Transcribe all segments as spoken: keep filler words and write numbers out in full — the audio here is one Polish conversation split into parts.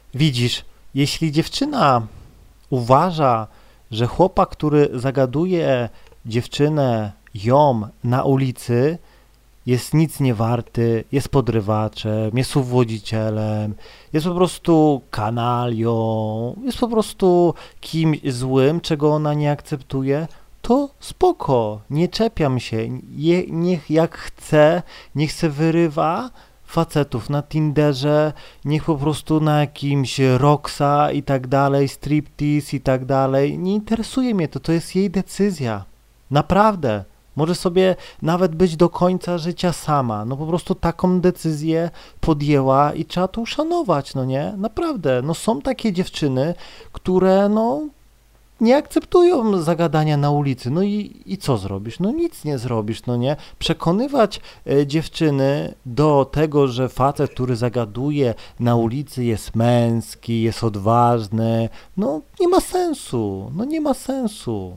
Widzisz, jeśli dziewczyna uważa, że chłopak, który zagaduje dziewczynę, ją na ulicy, jest nic nie warty, jest podrywaczem, jest uwodzicielem, jest po prostu kanalią, jest po prostu kimś złym, czego ona nie akceptuje, to spoko, nie czepiam się, je, niech jak chce, niech se wyrywa facetów na Tinderze, niech po prostu na jakimś Roxa i tak dalej, striptease i tak dalej, nie interesuje mnie to, to jest jej decyzja, naprawdę. Może sobie nawet być do końca życia sama. No po prostu taką decyzję podjęła i trzeba to uszanować, no nie? Naprawdę. No są takie dziewczyny, które no nie akceptują zagadania na ulicy. No i, i co zrobisz? No nic nie zrobisz, no nie? Przekonywać e, dziewczyny do tego, że facet, który zagaduje na ulicy jest męski, jest odważny, no nie ma sensu. No nie ma sensu.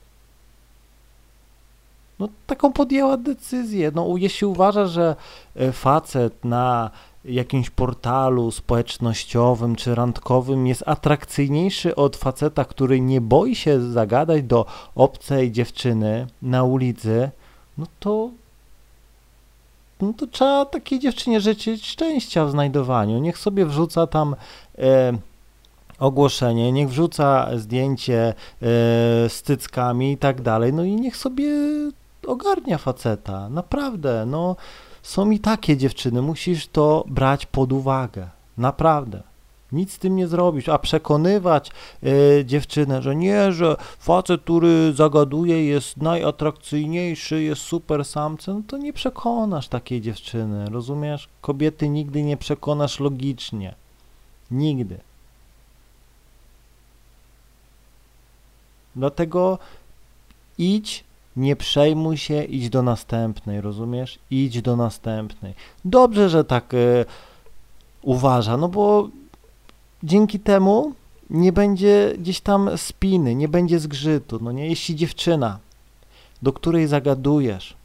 No taką podjęła decyzję. No jeśli uważa, że e, facet na jakimś portalu społecznościowym czy randkowym jest atrakcyjniejszy od faceta, który nie boi się zagadać do obcej dziewczyny na ulicy, no to no to trzeba takiej dziewczynie życzyć szczęścia w znajdowaniu. Niech sobie wrzuca tam e, ogłoszenie, niech wrzuca zdjęcie e, z cyckami i tak dalej, no i niech sobie ogarnia faceta, naprawdę, no są i takie dziewczyny, musisz to brać pod uwagę, naprawdę. Nic z tym nie zrobisz, a przekonywać e, dziewczynę, że nie, że facet, który zagaduje jest najatrakcyjniejszy, jest super samcem, no to nie przekonasz takiej dziewczyny, rozumiesz? Kobiety nigdy nie przekonasz logicznie, nigdy. Dlatego idź, nie przejmuj się, idź do następnej, rozumiesz? Idź do następnej. Dobrze, że tak e, uważa, no bo dzięki temu nie będzie gdzieś tam spiny, nie będzie zgrzytu, no nie? Jeśli dziewczyna, do której zagadujesz,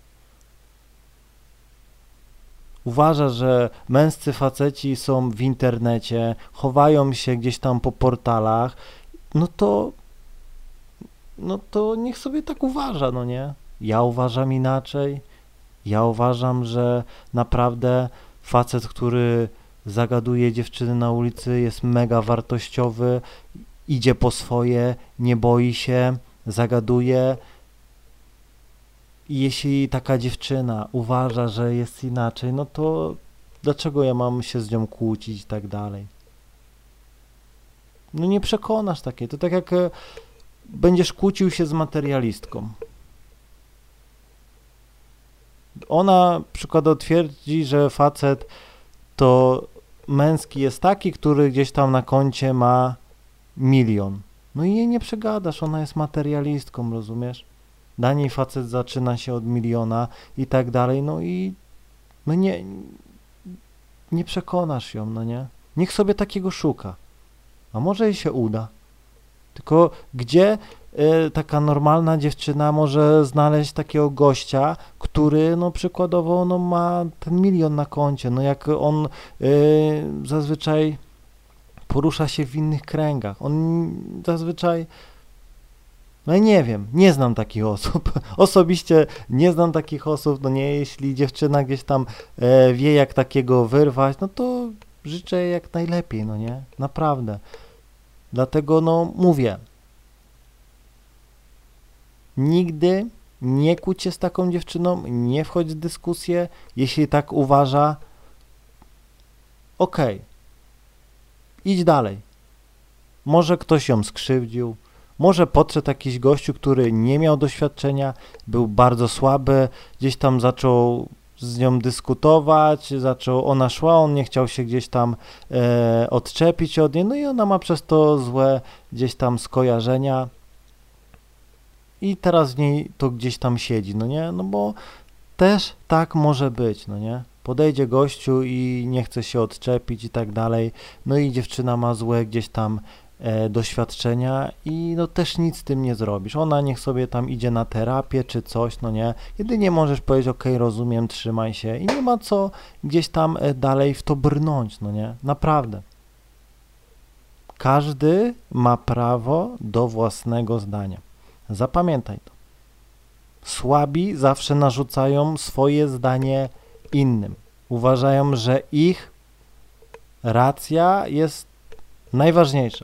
uważa, że męscy faceci są w internecie, chowają się gdzieś tam po portalach, no to no to niech sobie tak uważa, no nie? Ja uważam inaczej. Ja uważam, że naprawdę facet, który zagaduje dziewczyny na ulicy, jest mega wartościowy, idzie po swoje, nie boi się, zagaduje. I jeśli taka dziewczyna uważa, że jest inaczej, no to dlaczego ja mam się z nią kłócić i tak dalej? No nie przekonasz takiej. To tak jak e, będziesz kłócił się z materialistką. Ona przykładowo twierdzi, że facet to męski jest taki, który gdzieś tam na koncie ma milion. No i jej nie przegadasz, ona jest materialistką, rozumiesz? Dla niej facet zaczyna się od miliona i tak dalej, no i no nie, nie przekonasz ją, no nie? Niech sobie takiego szuka, a może jej się uda. Tylko gdzie y, taka normalna dziewczyna może znaleźć takiego gościa, który no przykładowo no, ma ten milion na koncie, no jak on y, zazwyczaj porusza się w innych kręgach, on zazwyczaj, no i nie wiem, nie znam takich osób, osobiście nie znam takich osób, no nie, jeśli dziewczyna gdzieś tam e, wie jak takiego wyrwać, no to życzę jej jak najlepiej, no nie, naprawdę. Dlatego no mówię, nigdy nie kłóć się z taką dziewczyną, nie wchodź w dyskusję, jeśli tak uważa, okej, idź dalej. Może ktoś ją skrzywdził, może podszedł jakiś gościu, który nie miał doświadczenia, był bardzo słaby, gdzieś tam zaczął z nią dyskutować, zaczął, ona szła, on nie chciał się gdzieś tam e, odczepić od niej, no i ona ma przez to złe gdzieś tam skojarzenia i teraz w niej to gdzieś tam siedzi, no nie, no bo też tak może być, no nie, podejdzie gościu i nie chce się odczepić i tak dalej, no i dziewczyna ma złe gdzieś tam e, doświadczenia i no też nic z tym nie zrobisz. Ona niech sobie tam idzie na terapię czy coś, no nie. Jedynie możesz powiedzieć, ok, rozumiem, trzymaj się i nie ma co gdzieś tam e, dalej w to brnąć, no nie. Naprawdę. Każdy ma prawo do własnego zdania. Zapamiętaj to. Słabi zawsze narzucają swoje zdanie innym. Uważają, że ich racja jest najważniejsza.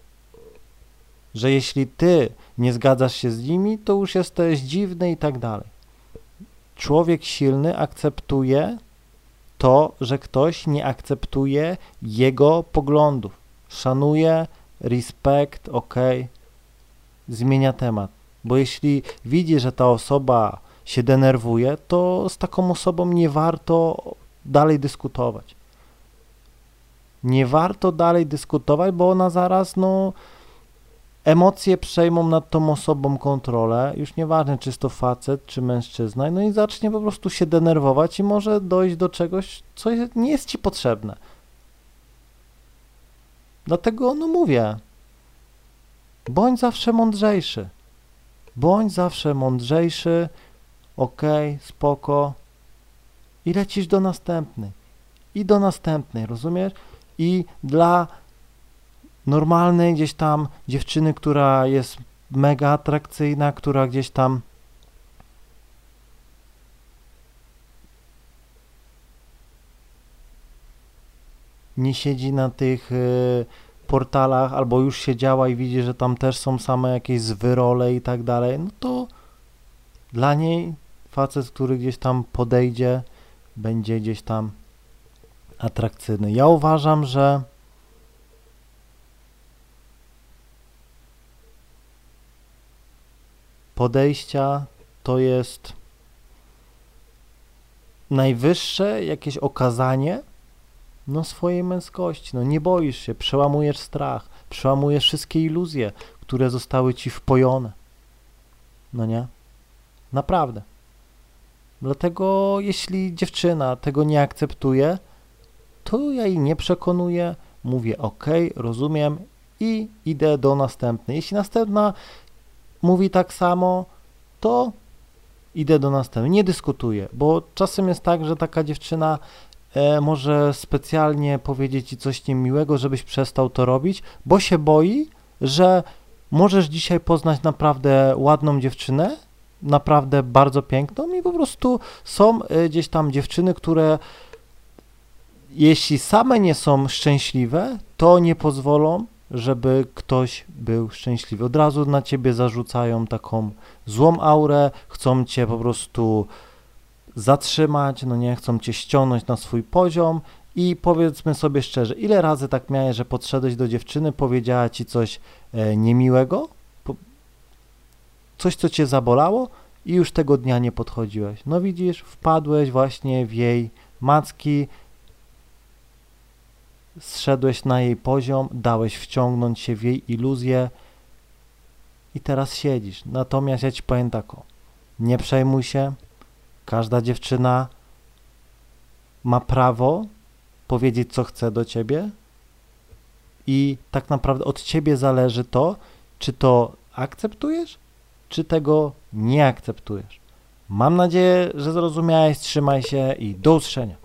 Że jeśli ty nie zgadzasz się z nimi, to już jesteś dziwny i tak dalej. Człowiek silny akceptuje to, że ktoś nie akceptuje jego poglądów. Szanuje, respekt, ok, zmienia temat. Bo jeśli widzi, że ta osoba się denerwuje, to z taką osobą nie warto dalej dyskutować. Nie warto dalej dyskutować, bo ona zaraz, no, emocje przejmą nad tą osobą kontrolę, już nieważne, czy jest to facet, czy mężczyzna, no i zacznie po prostu się denerwować i może dojść do czegoś, co nie jest ci potrzebne. Dlatego, no mówię, bądź zawsze mądrzejszy. Bądź zawsze mądrzejszy, okej, okay, spoko i lecisz do następnej. I do następnej, rozumiesz? I dla normalnej gdzieś tam dziewczyny, która jest mega atrakcyjna, która gdzieś tam nie siedzi na tych y, portalach, albo już siedziała i widzi, że tam też są same jakieś zwyrole i tak dalej, no to dla niej facet, który gdzieś tam podejdzie, będzie gdzieś tam atrakcyjny. Ja uważam, że podejścia to jest najwyższe jakieś okazanie no swojej męskości. No nie boisz się, przełamujesz strach, przełamujesz wszystkie iluzje, które zostały ci wpojone. No nie? Naprawdę. Dlatego jeśli dziewczyna tego nie akceptuje, to ja jej nie przekonuję, mówię ok, rozumiem i idę do następnej. Jeśli następna mówi tak samo, to idę do następnej. Nie dyskutuję, bo czasem jest tak, że taka dziewczyna e, może specjalnie powiedzieć ci coś niemiłego, żebyś przestał to robić, bo się boi, że możesz dzisiaj poznać naprawdę ładną dziewczynę, naprawdę bardzo piękną i po prostu są e, gdzieś tam dziewczyny, które jeśli same nie są szczęśliwe, to nie pozwolą, żeby ktoś był szczęśliwy. Od razu na ciebie zarzucają taką złą aurę, chcą cię po prostu zatrzymać, no nie, chcą cię ściągnąć na swój poziom i powiedzmy sobie szczerze, ile razy tak miałeś, że podszedłeś do dziewczyny, powiedziała ci coś e, niemiłego, po, coś, co cię zabolało i już tego dnia nie podchodziłeś. No widzisz, wpadłeś właśnie w jej macki, zszedłeś na jej poziom, dałeś wciągnąć się w jej iluzję i teraz siedzisz. Natomiast ja ci powiem tak, o, nie przejmuj się, każda dziewczyna ma prawo powiedzieć, co chce do ciebie i tak naprawdę od ciebie zależy to, czy to akceptujesz, czy tego nie akceptujesz. Mam nadzieję, że zrozumiałeś, trzymaj się i do usłyszenia.